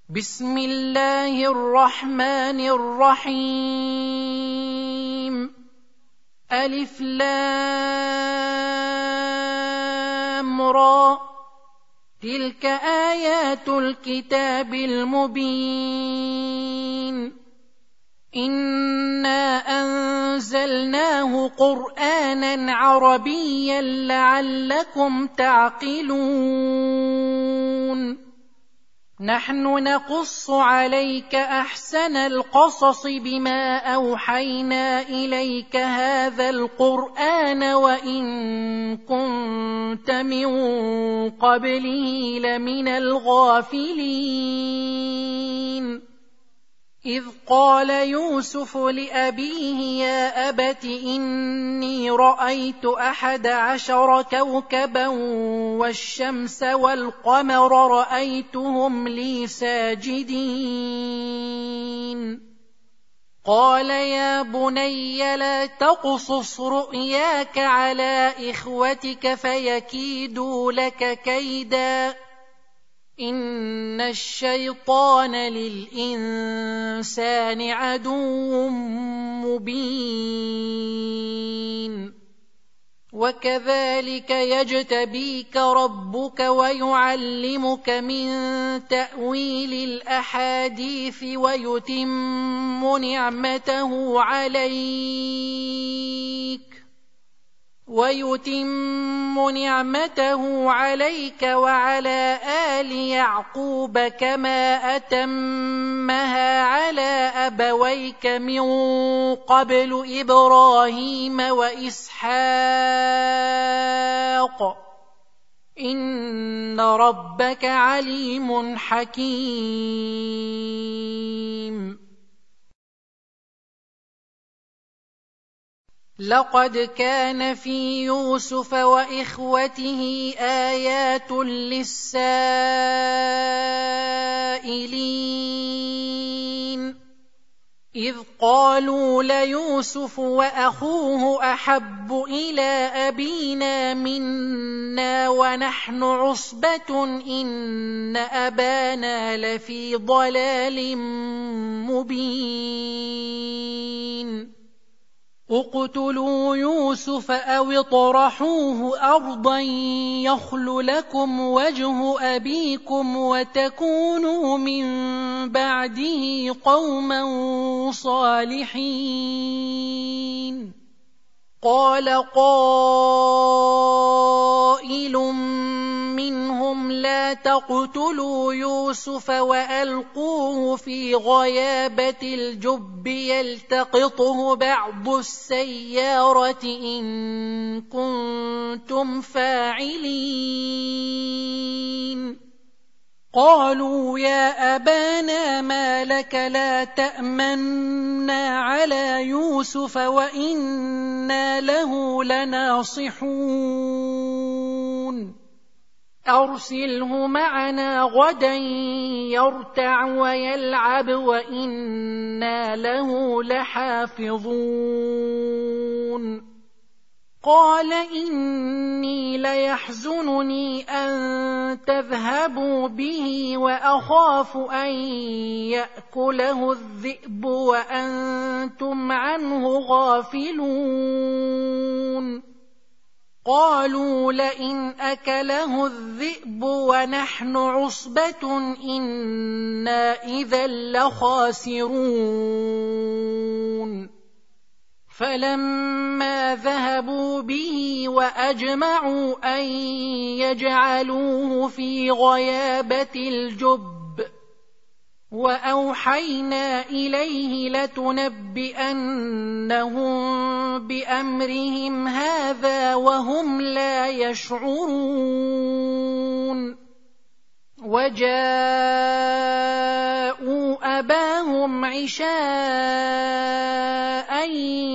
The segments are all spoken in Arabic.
بسم الله الرحمن الرحيم. ألف لام را، تلك آيات الكتاب المبين. إنا أنزلناه قرآنا عربيا لعلكم تعقلون. نحن نقص عليك أحسن القصص بما أوحينا إليك هذا القرآن وإن كنت من قبله لمن الغافلين. إذ قال يوسف لأبيه يا أبت إني رأيت 11 كوكبا والشمس والقمر رأيتهم لي ساجدين. قال يا بني لا تقصص رؤياك على إخوتك فيكيدوا لك كيدا، إن الشيطان للإنسان عدو مبين. وكذلك يجتبيك ربك ويعلمك من تأويل الأحاديث ويتم نعمته عليك وعلى آل يعقوب كما أتمها على أبويك من قبل إبراهيم وإسحاق، إن ربك عليم حكيم. لقد كان في يوسف وإخوته آيات للسائلين، إذ قالوا ليوسف وأخوه أحب إلى أبينا منا ونحن عصبة إن أبانا لفي ضلال مبين. اقتلوا يوسف أو اطرحوه أرضا يخل لكم وجه أبيكم وتكونوا من بعده قوما صالحين. قال قائل منهم لا تقتلوا يوسف وألقوه في غيابة الجب يلتقطه بعض السيارة إن كنتم فاعلين. قالوا يا أبانا ما لك لا تأمنا على يوسف وإنا له لناصحون، أرسله معنا غدا يرتع ويلعب وإنا له لحافظون. قال إني ليحزنني أن تذهبوا به وأخاف أن يأكله الذئب وأنتم عنه غافلون. قالوا لئن أكله الذئب ونحن عصبة إنا إذا لخاسرون. فلما ذهبوا به وأجمعوا أن يجعلوه في غيابة الجب وأوحينا إليه لتنبئنهم بأمرهم هذا وهم لا يشعرون. وجاءوا أباهم عشاء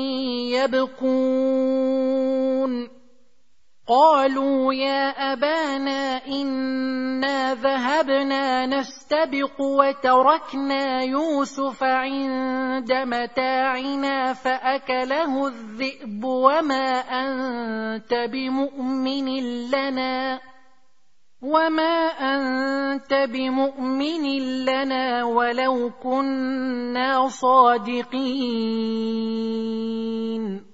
يبكون. قالوا يا أبانا إنا ذهبنا نستبق وتركنا يوسف عند متاعنا فأكله الذئب وما أنت بمؤمن لنا وما أنت بمؤمن لنا ولو كنا صادقين.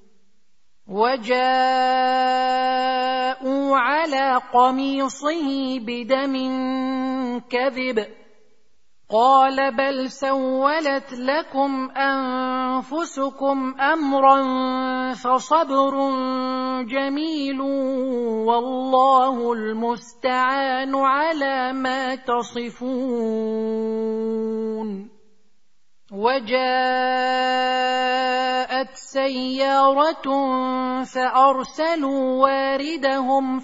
وجاءوا على قميصه بدم كذب قال بل سولت لكم أنفسكم أمرا فصبر جميل والله المستعان على ما تصفون. وجاءت سيارة فأرسلوا واردهم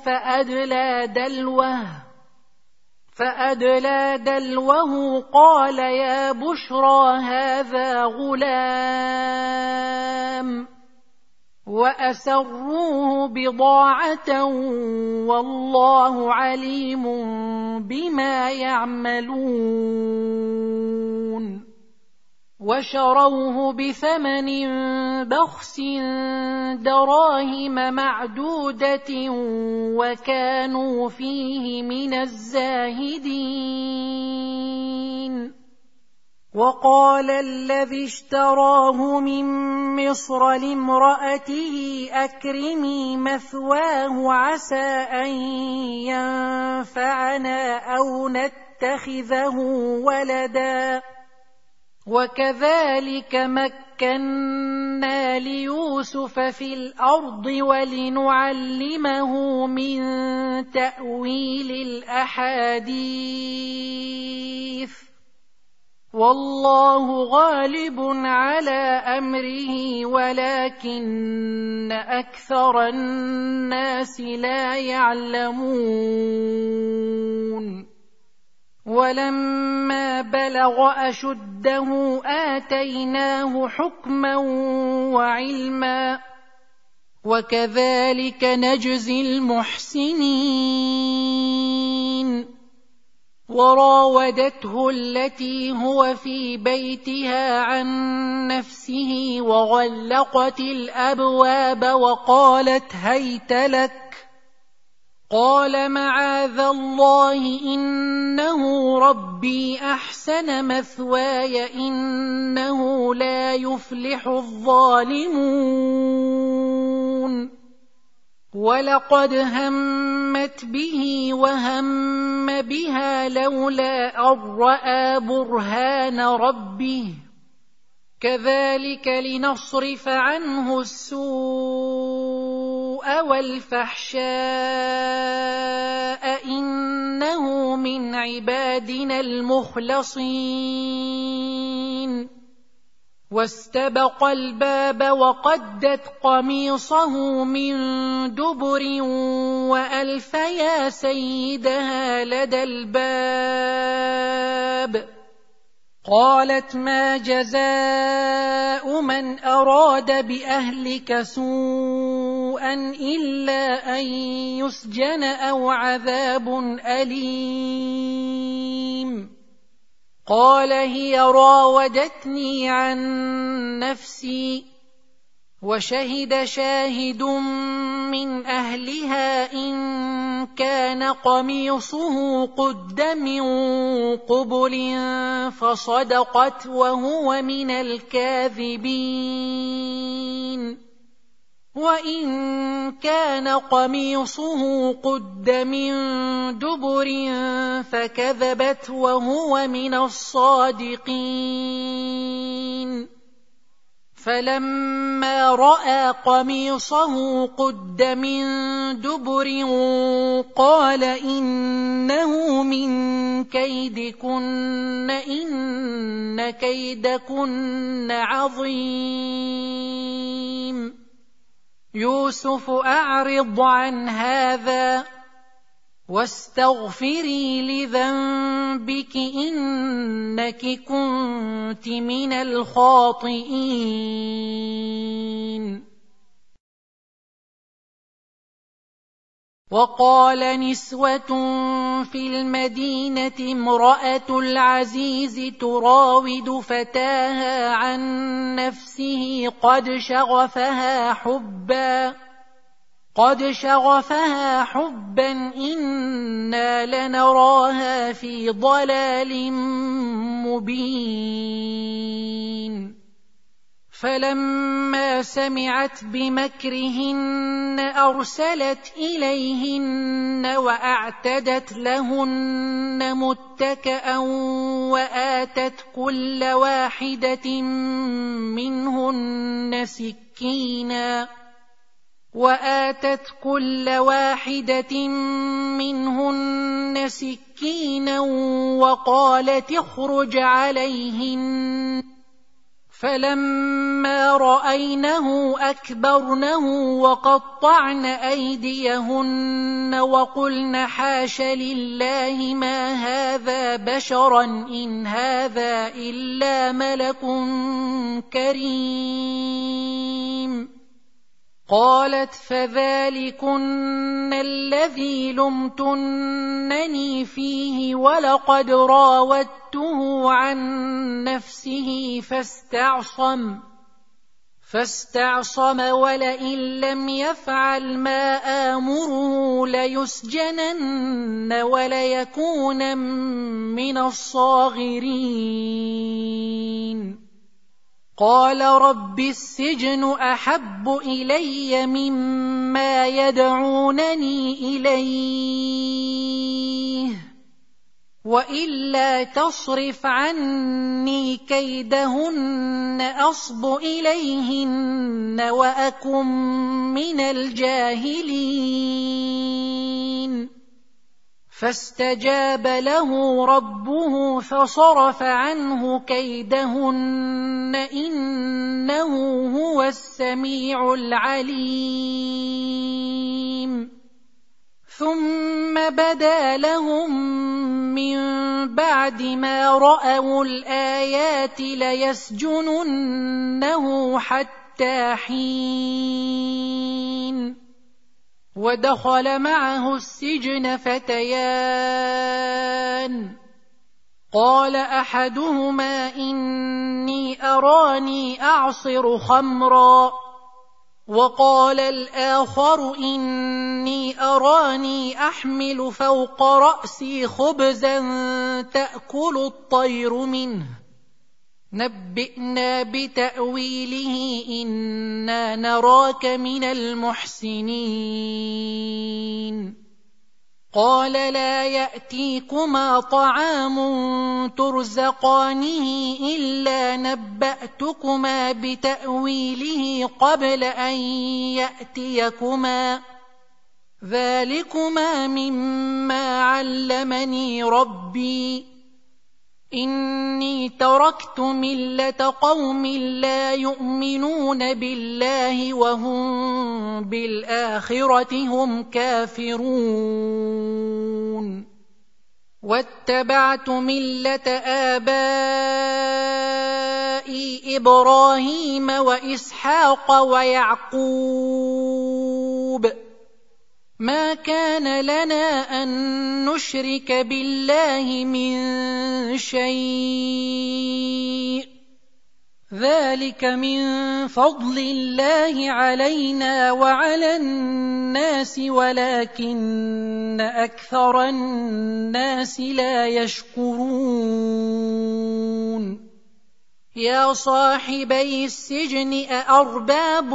فأدلى دلوه قال يا بشرى هذا غلام وأسروه بضاعة والله عليم بما يعملون. وشروه بثمن بخس دراهم معدودة وكانوا فيه من الزاهدين. وقال الذي اشتراه من مصر لامرأته أكرمي مثواه عسى أن ينفعنا أو نتخذه ولدا وكذلك مكنا ليوسف في الأرض ولنعلمه من تأويل الأحاديث والله غالب على أمره ولكن أكثر الناس لا يعلمون. ولما بلغ أشده آتيناه حكما وعلما وكذلك نجزي المحسنين. وراودته التي هو في بيتها عن نفسه وغلقت الأبواب وقالت هيت لك قال معاذ الله إنه ربي أحسن مثواي إنه لا يفلح الظالمون. ولقد همت به وهم بها لولا أن رأى برهان ربه كذلك لنصرف عنه السوء والفحشاء إنه من عبادنا المخلصين. واستبق الباب وقدت قميصه من دبر وألف يا سيدها لدى الباب قالت ما جزاء من أراد بأهلك سوءا إلا أن يسجن أو عذاب أليم. قال هي راودتني عن نفسي وشهد شاهد من أهلها إن كان قميصه قد من قبل فصدقت وهو من الكاذبين وإن كان قميصه قد من دبر فكذبت وهو من الصادقين. فلما رأى قميصه قد من دبر قال إنه من كيدكن إن كيدكن عظيم. يوسف أعرض عن هذا واستغفري لذنبك إنك كنت من الخاطئين. وقال نسوة في المدينة امرأة العزيز تراود فتاها عن نفسه قد شغفها حبا قد شغفها حبا إنا لنراها في ضلال مبين فلما سمعت بمكرهن أرسلت إليهن وأعتدت لهن متكئا وآتت كل واحدة منهن سكينا وقالت اخرج عليهن فلما رأينه أكبرنه وقطعن أيديهن وقلن حاش لله ما هذا بشرا إن هذا إلا ملك كريم قالت فذلكن الذي لمتنني فيه ولقد راودته عن نفسه فاستعصم ولئن لم يفعل ما آمره ليسجنن وليكون من الصاغرين قال رب السجن أحب إلي مما يدعونني إليه وإلا تصرف عني كيدهن أصب إليهن وأكن من الجاهلين فاستجاب له ربه فصرف عنه كيدهن إنه هو السميع العليم ثم بدا لهم من بعد ما رأوا الآيات ليسجننه حتى حين ودخل معه السجن فتيان قال أحدهما إني أراني أعصر خمرا وقال الآخر إني أراني أحمل فوق رأسي خبزا تأكل الطير منه نبئنا بتأويله إنا نراك من المحسنين قال لا يأتيكما طعام ترزقانه إلا نبأتكما بتأويله قبل أن يأتيكما ذلكما مما علمني ربي إني تركت ملة قوم لا يؤمنون بالله وهم بالآخرة هم كافرون واتبعت ملة آبائي إبراهيم وإسحاق ويعقوب ما كان لنا أن نشرك بالله من شيء ذلك من فضل الله علينا وعلى الناس ولكن أكثر الناس لا يشكرون يا صاحبي السجن أأرباب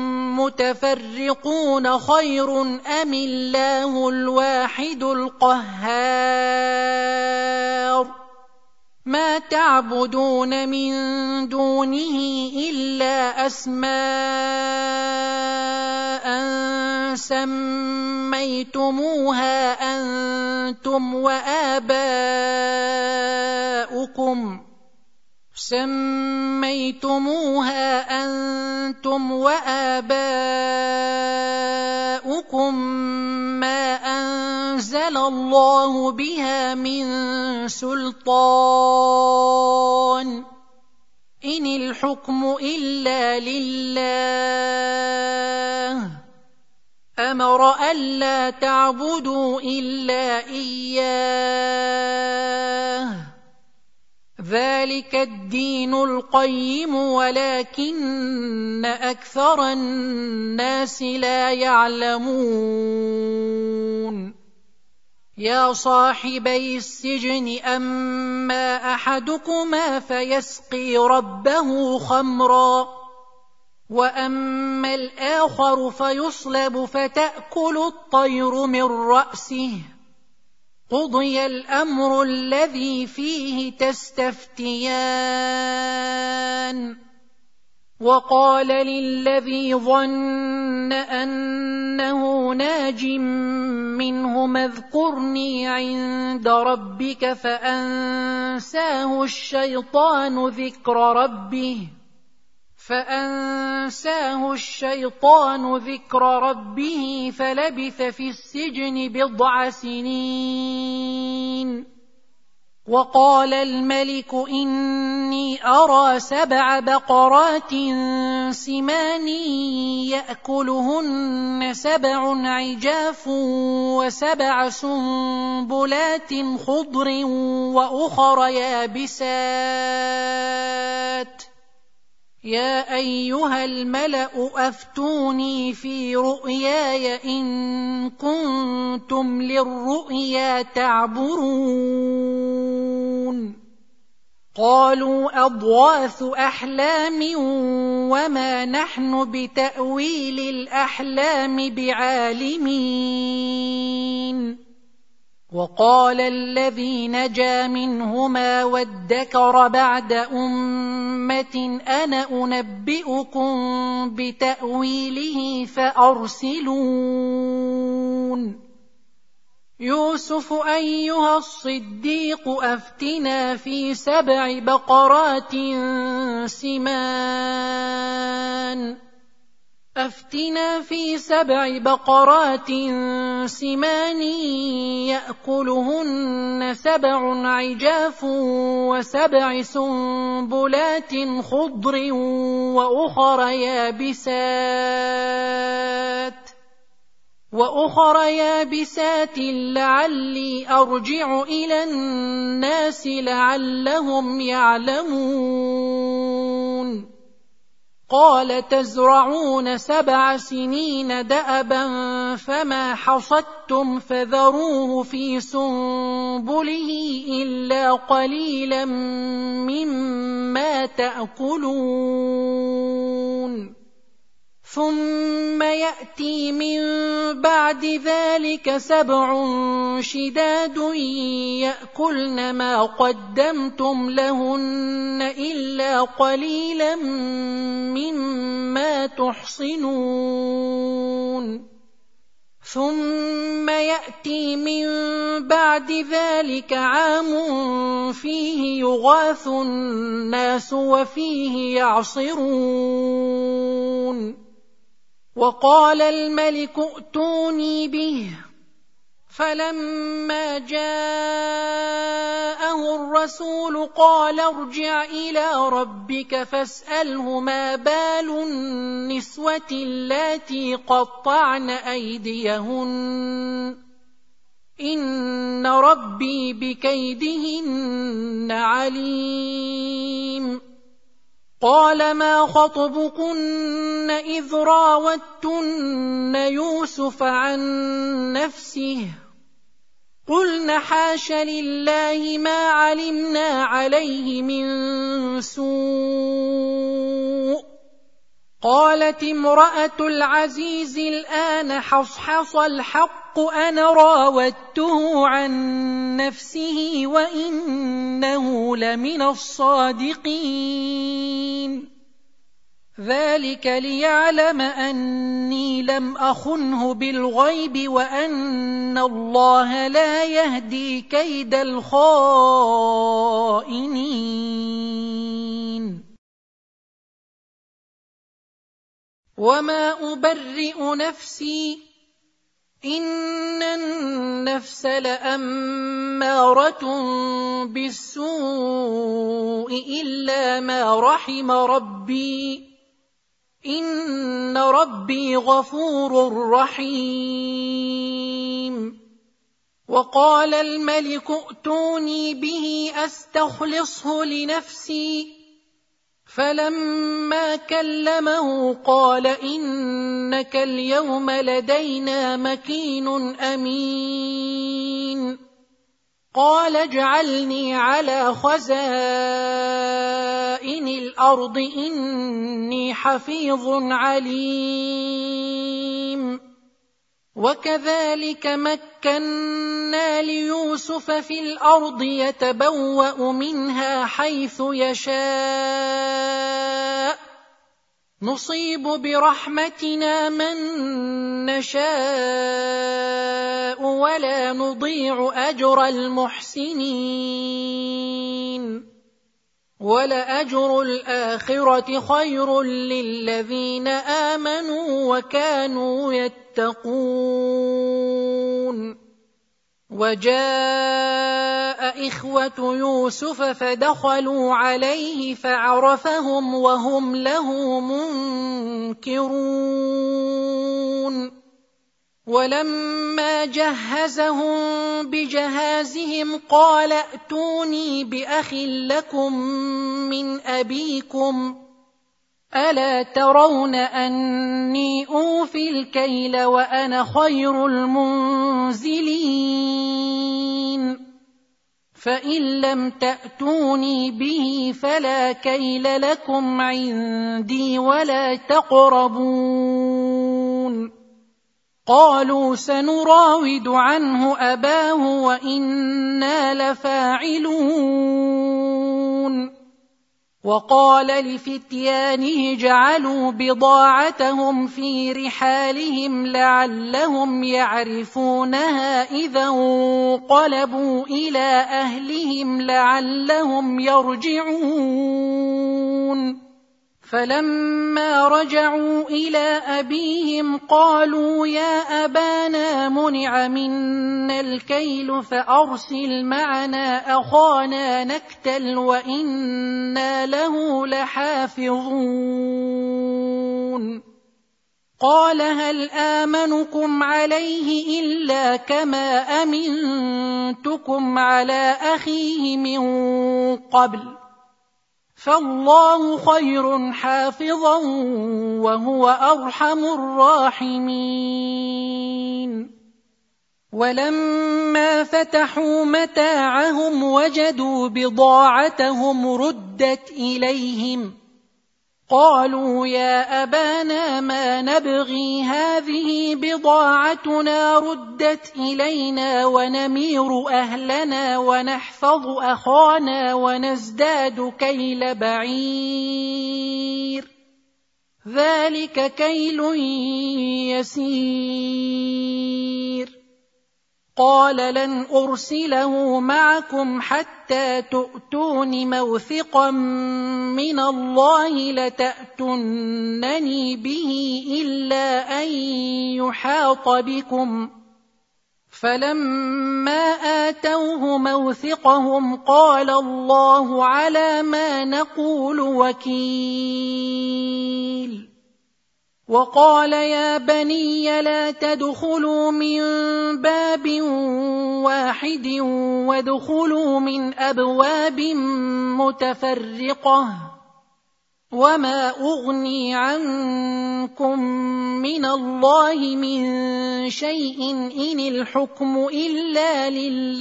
متفرقون خير أم الله الواحد القهار ما تعبدون من دونه إلا أسماء سميتموها أنتم وآباؤكم ما أنزل الله بها من سلطان إن الحكم إلا لله أمر ألا تعبدوا إلا إياه ذلك الدين القيم ولكن أكثر الناس لا يعلمون يا صاحبي السجن أما أحدكما فيسقي ربه خمرا وأما الآخر فيصلب فتأكل الطير من رأسه قضي الأمر الذي فيه تستفتيان وقال للذي ظن أنه ناج منهما اذكرني عند ربك فأنساه الشيطان ذكر ربه فلبث في السجن 10 سنين وقال الملك إني أرى 7 بقرات سمان يأكلهن 7 عجاف و7 سنبلات خضر وأخر يابسات يا أيها الملأ أفتوني في رؤياي إن كنتم للرؤيا تعبرون قالوا أضغاث أحلام وما نحن بتأويل الأحلام بعالمين وقال الذي نجا منهما وادكر بعد أمة أنا أنبئكم بتأويله فأرسلون يوسف أيها الصديق أفتنا في 7 بقرات سمان يأكلهن 7 عجاف و7 سنبلات خضر وأخر يابسات لعلي أرجع إلى الناس لعلهم يعلمون قال تزرعون 7 سنين دأبا فما حصدتم فذروه في سنبله إلا قليلا مما تأكلون ثم يأتي من بعد ذلك 7 شداد يأكلن ما قدمتم لهن إلا قليلا مما تحصنون ثم يأتي من بعد ذلك عام فيه يغاث الناس وفيه يعصرون وقال الملك ائتوني به فلما جاءه الرسول قال ارجع إلى ربك فاسأله ما بال النسوة اللاتي قطعن أيديهن إن ربي بكيدهن عليم قال ما خطبكن إذ راوتن يوسف عن نفسه قلن حاش لله ما علمنا عليه من سوء قالت امرأة العزيز الآن حصحص الحق أنا راودته عن نفسه وإنه لمن الصادقين ذلك ليعلم أني لم أخنه بالغيب وأن الله لا يهدي كيد الخائنين وما أبرئ نفسي إن النفس لأمارة بالسوء إلا ما رحم ربي إن ربي غفور رحيم وقال الملك ائتوني به أستخلصه لنفسي، فلما كلمه قال إنك اليوم لدينا مكين أمين. قال اجعلني على خزائن الأرض إني حفيظ عليم. وكذلك مكنا ليوسف في الأرض يتبوأ منها حيث يشاء، نصيب برحمتنا من نشاء ولا نضيع أجر المحسنين. ولأجر الآخرة خير للذين آمنوا وكانوا يتقون. وجاء إخوة يوسف فدخلوا عليه فعرفهم وهم له منكرون. ولما جهزهم بجهازهم قال ائتوني بأخ لكم من أبيكم، ألا ترون أني أوفي الكيل وأنا خير المنزلين؟ فإن لم تأتوني به فلا كيل لكم عندي ولا تقربون. قالوا سنراود عنه أباه وإنا لفاعلون. وقال لفتيانه جعلوا بضاعتهم في رحالهم لعلهم يعرفونها إذا انقلبوا إلى أهلهم لعلهم يرجعون. فلما رجعوا إلى أبيهم قالوا يا أبانا منع منا الكيل فأرسل معنا أخانا نكتل وإنا له لحافظون. قال هل آمنكم عليه إلا كما أمنتكم على أخيه من قبل، فالله خير حافظا وهو أرحم الراحمين. ولما فتحوا متاعهم وجدوا بضاعتهم ردت إليهم، قالوا يا أبانا ما نبغي هذه بضاعتنا ردت إلينا ونمير أهلنا ونحفظ أخانا ونزداد كيل بعير، ذلك كيل يسير. قال لن أرسله معكم حتى تؤتون موثقا من الله لتأتونني به إلا أن يحاط بكم. فلما آتوه موثقهم قال الله على ما نقول وكيل. وقال يا بني لا تدخلوا من باب واحد وادخلوا من أبواب متفرقة، وما أغني عنكم من الله من شيء إن الحكم إلا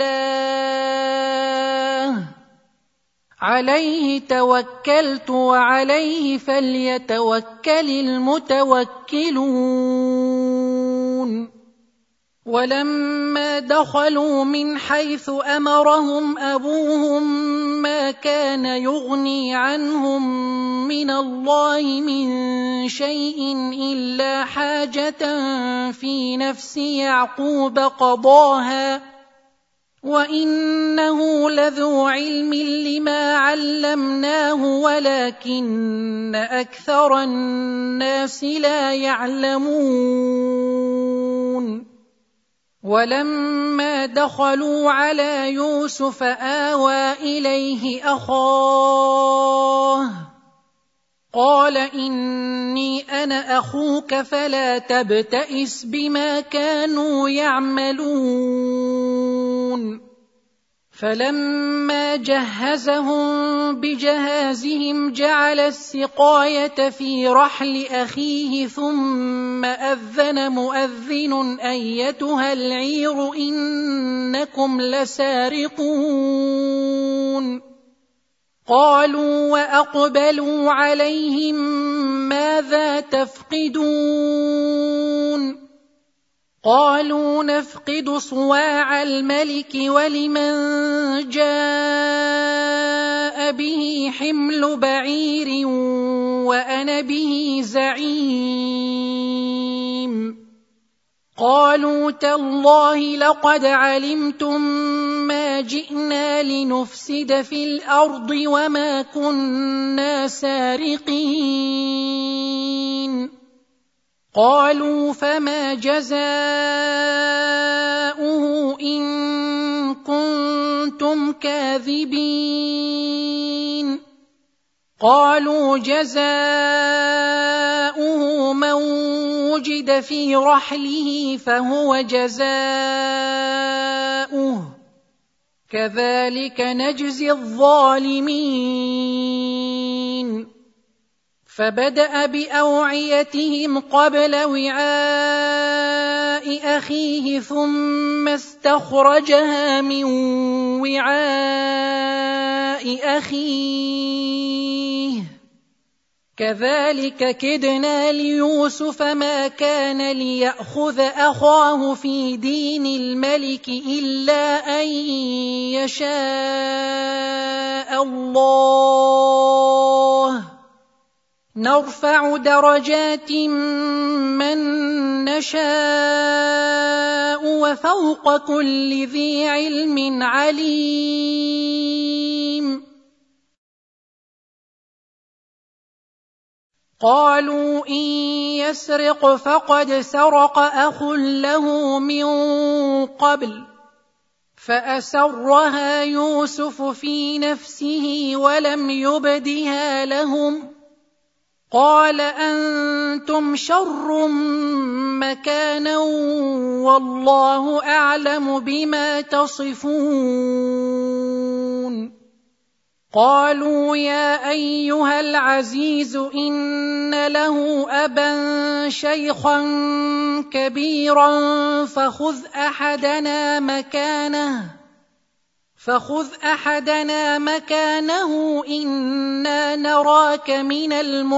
لله، عليه توكلت وعليه فليتوكل المتوكلون. ولما دخلوا من حيث أمرهم أبوهم ما كان يغني عنهم من الله من شيء إلا حاجة في نفس يعقوب قضاها، وإنه لذو علم لما علمناه ولكن أكثر الناس لا يعلمون. ولما دخلوا على يوسف آوى إليه أخاه قال إني أنا أخوك فلا تبتئس بما كانوا يعملون. فلما جهزهم بجهازهم جعل السقاية في رحل أخيه ثم أذن مؤذن أيتها العير إنكم لسارقون قالوا وأقبلوا عليهم ماذا تفقدون قالوا نفقد صواع الملك ولمن جاء به حمل بعير وأنا به زعيم قالوا تالله لقد علمتم ما جئنا لنفسد في الأرض وما كنا سارقين قالوا فما جزاؤه إن كنتم كاذبين قالوا جزاؤه من وجد في رحله فهو جزاؤه كذلك نجزي الظالمين فبدأ بأوعيتهم قبل وعاء أخيه ثم استخرجها من وعاء أخيه كذلك كدنا ليوسف ما كان ليأخذ أخاه في دين الملك إلا أن يشاء الله نرفع درجات من نشاء وفوق كل ذي علم عليم قالوا إن يسرق فقد سرق أخ له من قبل فأسرها يوسف في نفسه ولم يبدها لهم قال أنتم شر مكانا والله أعلم بما تصفون قالوا يا أيها العزيز إن له أبا شيخا كبيرا فخذ أحدنا مكانه إنا نراك من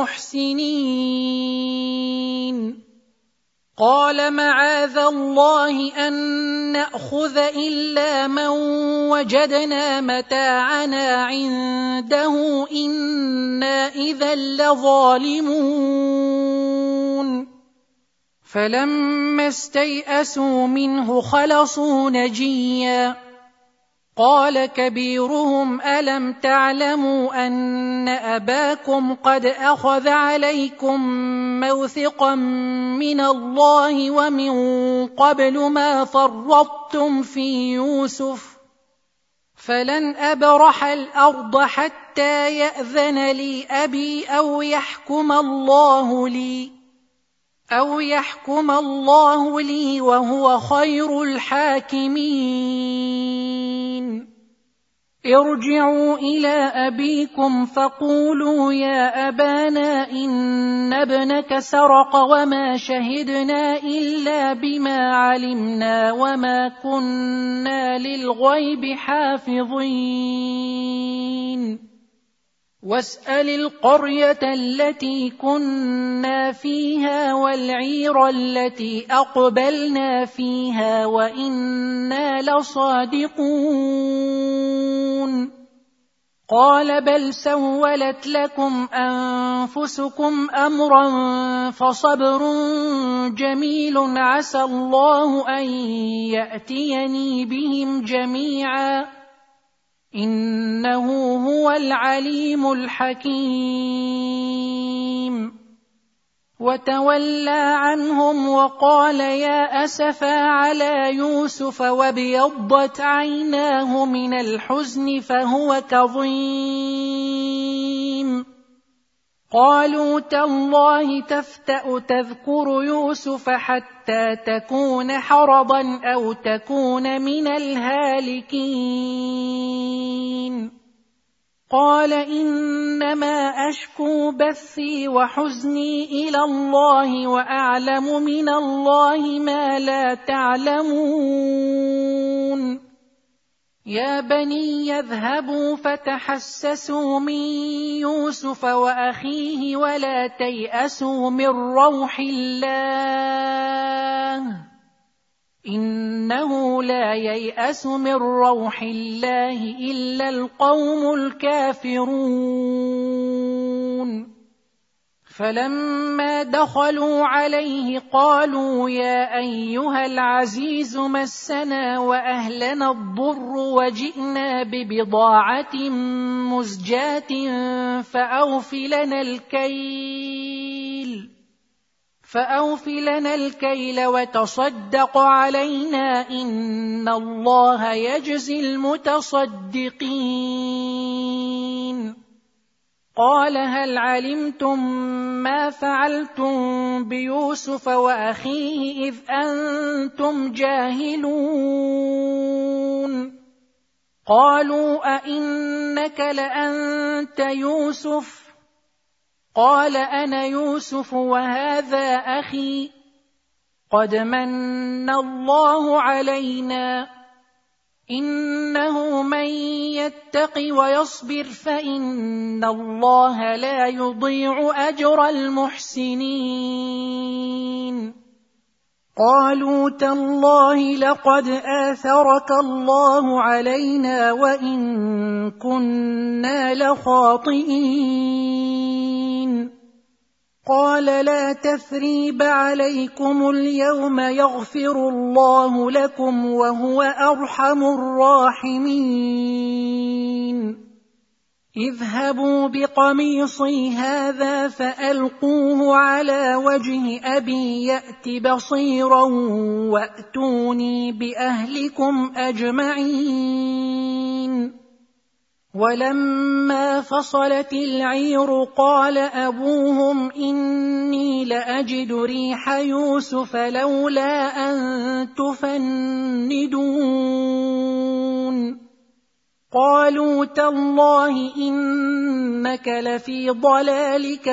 المحسنين قال معاذ الله أن نأخذ إلا من وجدنا متاعنا عنده إنا إذا لظالمون فلما استيئسوا منه خلصوا نجيا قال كبيرهم ألم تعلموا أن أباكم قد أخذ عليكم موثقا من الله ومن قبل ما فرطتم في يوسف فلن أبرح الأرض حتى يأذن لي أبي أو يحكم الله لي وهو خير الحاكمين ارجعوا إلى أبيكم فقولوا يا أبانا إن ابنك سرق وما شهدنا إلا بما علمنا وما كنا للغيب حافظين واسأل القرية التي كنا فيها والعير التي أقبلنا فيها وإنا لصادقون قال بل سولت لكم أنفسكم أمرا فصبر جميل عسى الله أن يأتيني بهم جميعا إنه هو العليم الحكيم وتولى عنهم وقال يا أسفا على يوسف وابيضت عيناه من الحزن فهو كظيم قالوا تالله تفتأ تذكر يوسف حتى تكون حرضا أو تكون من الهالكين قال إنما أشكو بثي وحزني إلى الله وأعلم من الله ما لا تعلمون يا بني يذهبوا فتحسسوا من يوسف وأخيه ولا تيأسوا من روح الله إنه لا ييأس من روح الله إلا القوم الكافرون فلما دخلوا عليه قالوا يا أيها العزيز مسنا وأهلنا الضر وجئنا ببضاعة مزجاة فأوف لنا الكيل وتصدق علينا إن الله يجزي المتصدقين قال هل علمتم ما فعلتم بيوسف وأخيه إذ أنتم جاهلون قالوا أئنك لأنت يوسف قال أنا يوسف وهذا أخي قد من الله علينا إنه من يتق ويصبر فإن الله لا يضيع أجر المحسنين قالوا تالله لقد آثرك الله علينا وإن كنا لخاطئين قال لا تثريب عليكم اليوم يغفر الله لكم وهو أرحم الراحمين اذهبوا بقميصي هذا فألقوه على وجه أبي يأت بصيرا وأتوني بأهلكم أجمعين ولما فصلت العير قال أبوهم إني لأجد ريح يوسف لولا أن تفندون قالوا تالله إنك لفي ضلالك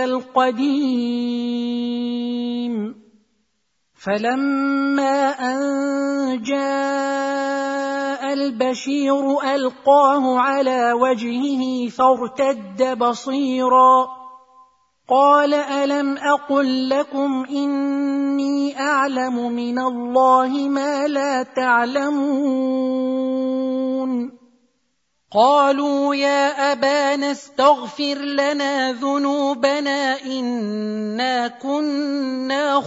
القديم فلما أن جاء البشير ألقاه على وجهه فارتد بصيرا قال ألم أقل لكم إني أعلم من الله ما لا تعلمون قالوا يا أبانا استغفر لنا ذنوبنا إنا كنا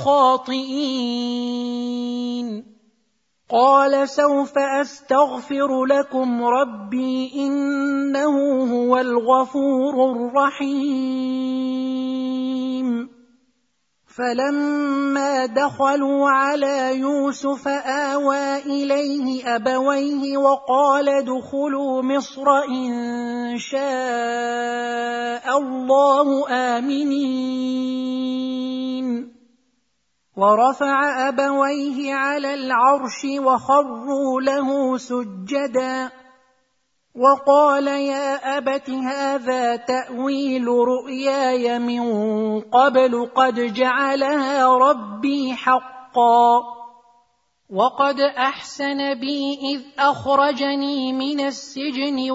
خاطئين قال سوف أستغفر لكم ربي إنه هو الغفور الرحيم فلما دخلوا على يوسف آوى إليه أبويه وقال ادخلوا مصر إن شاء الله آمنين ورفع أبويه على العرش وخروا له سجدا وقال يا أبت هذا تأويل رؤياي من قبل قد جعلها ربي حقا وقد أحسن بي إذ أخرجني من السجن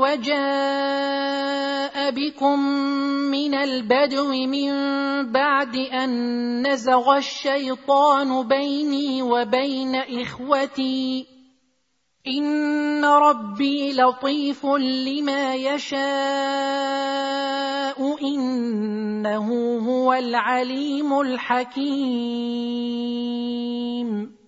وجاء بكم من البدو من بعد أن نزغ الشيطان بيني وبين إخوتي إن ربي لطيف لما يشاء إنه هو العليم الحكيم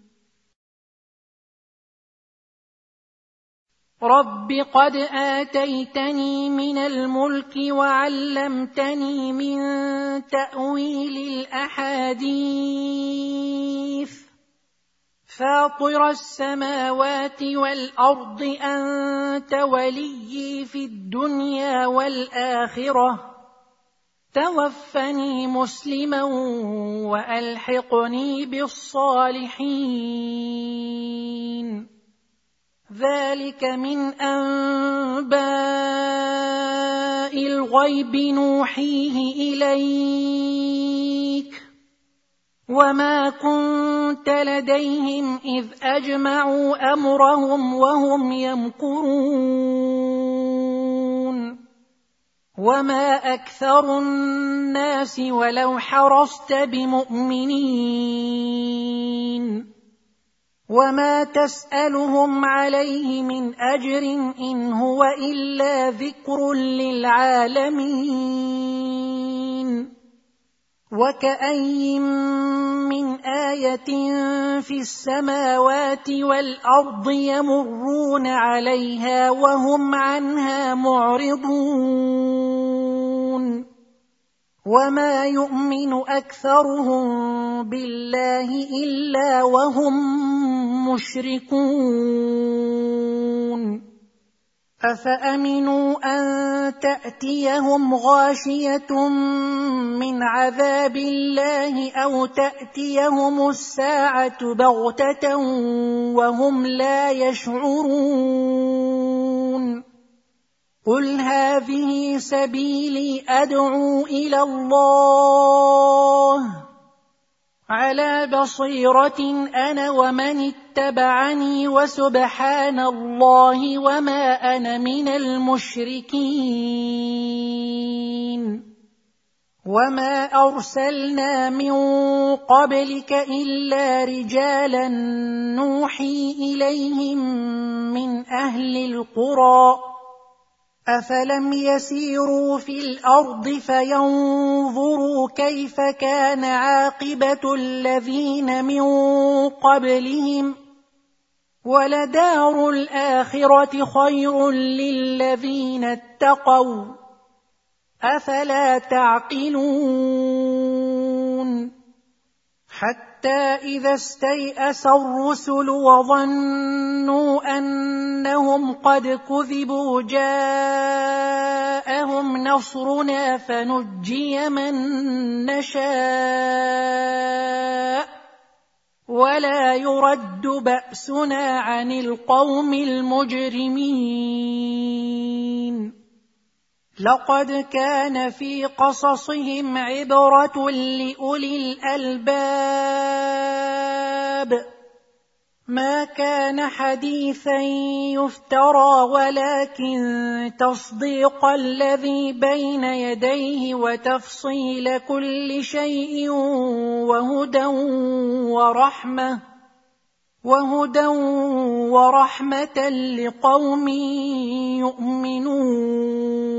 رب قد آتيتني من الملك وعلمتني من تأويل الأحاديث فاطر السماوات والأرض أنت وليي في الدنيا والآخرة توفني مسلما وألحقني بالصالحين. ذلك من أنباء الغيب نوحيه إليك وما كنت لديهم إذ أجمعوا أمرهم وهم يمكرون. وما أكثر الناس ولو حرصت بمؤمنين وما تسألهم عليه من أجر إن هو إلا ذكر للعالمين. وكأين من آية في السماوات والأرض يمرون عليها وهم عنها معرضون. وما يؤمن أكثرهم بالله إلا وهم مشركون. أفأمنوا أن تأتيهم غاشية من عذاب الله أو تأتيهم الساعة بغتة وهم لا يشعرون. قل هذه سبيلي أدعو إلى الله على بصيرة أنا ومن اتبعني وسبحان الله وما أنا من المشركين. وما أرسلنا من قبلك إلا رجالا نوحي إليهم من أهل القرى أفلم يسيروا في الأرض فينظروا كيف كان عاقبة الذين من قبلهم ولدار الآخرة خير للذين اتقوا أفلا تعقلون. حتى إذا استيأس الرسل وظنوا أنهم قد كذبوا جاءهم نصرنا فنجي من نشاء ولا يرد بأسنا عن القوم المجرمين. لقد كان في قصصهم عبرة لأولي الألباب ما كان حديثا يفترى ولكن تصديق الذي بين يديه وتفصيل كل شيء وهدى ورحمة لقوم يؤمنون.